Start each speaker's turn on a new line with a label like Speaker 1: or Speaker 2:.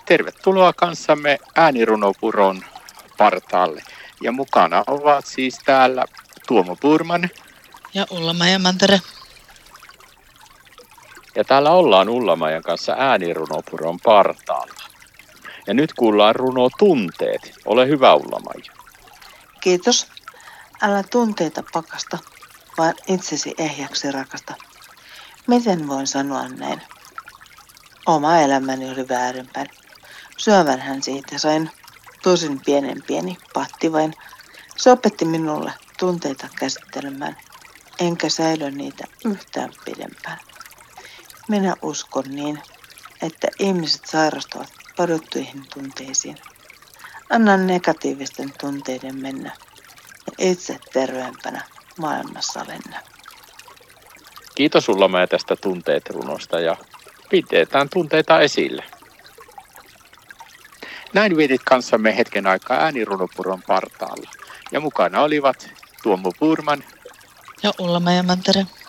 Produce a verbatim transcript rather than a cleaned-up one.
Speaker 1: Tervetuloa kanssamme äänirunopuron partaalle. Ja mukana ovat siis täällä Tuomo Purman.
Speaker 2: Ja Ulla-Maija Mantere.
Speaker 3: Ja täällä ollaan Ulla-Maijan kanssa äänirunopuron partaalla. Ja nyt kuullaan runo Tunteet. Ole hyvä, Ulla-Maija.
Speaker 4: Kiitos. Älä tunteita pakasta, vaan itsesi ehjäksi rakasta. Miten voin sanoa näin? Oma elämäni oli väärinpäin. Syövänhän siitä sain tosin pienen pieni patti vain. Se opetti minulle tunteita käsittelemään, enkä säilö niitä yhtään pidempään. Minä uskon niin, että ihmiset sairastuvat padottuihin tunteisiin. Anna negatiivisten tunteiden mennä ja itse terveempänä maailmassa lennä.
Speaker 3: Kiitos Ulla-Maija tästä Tunteet-runosta ja pidetään tunteita esille.
Speaker 1: Näin vietit kanssamme hetken aikaa äänirunopuron partaalla. Ja mukana olivat Tuomo Purman
Speaker 2: Ja Ulla-Maija Mantere.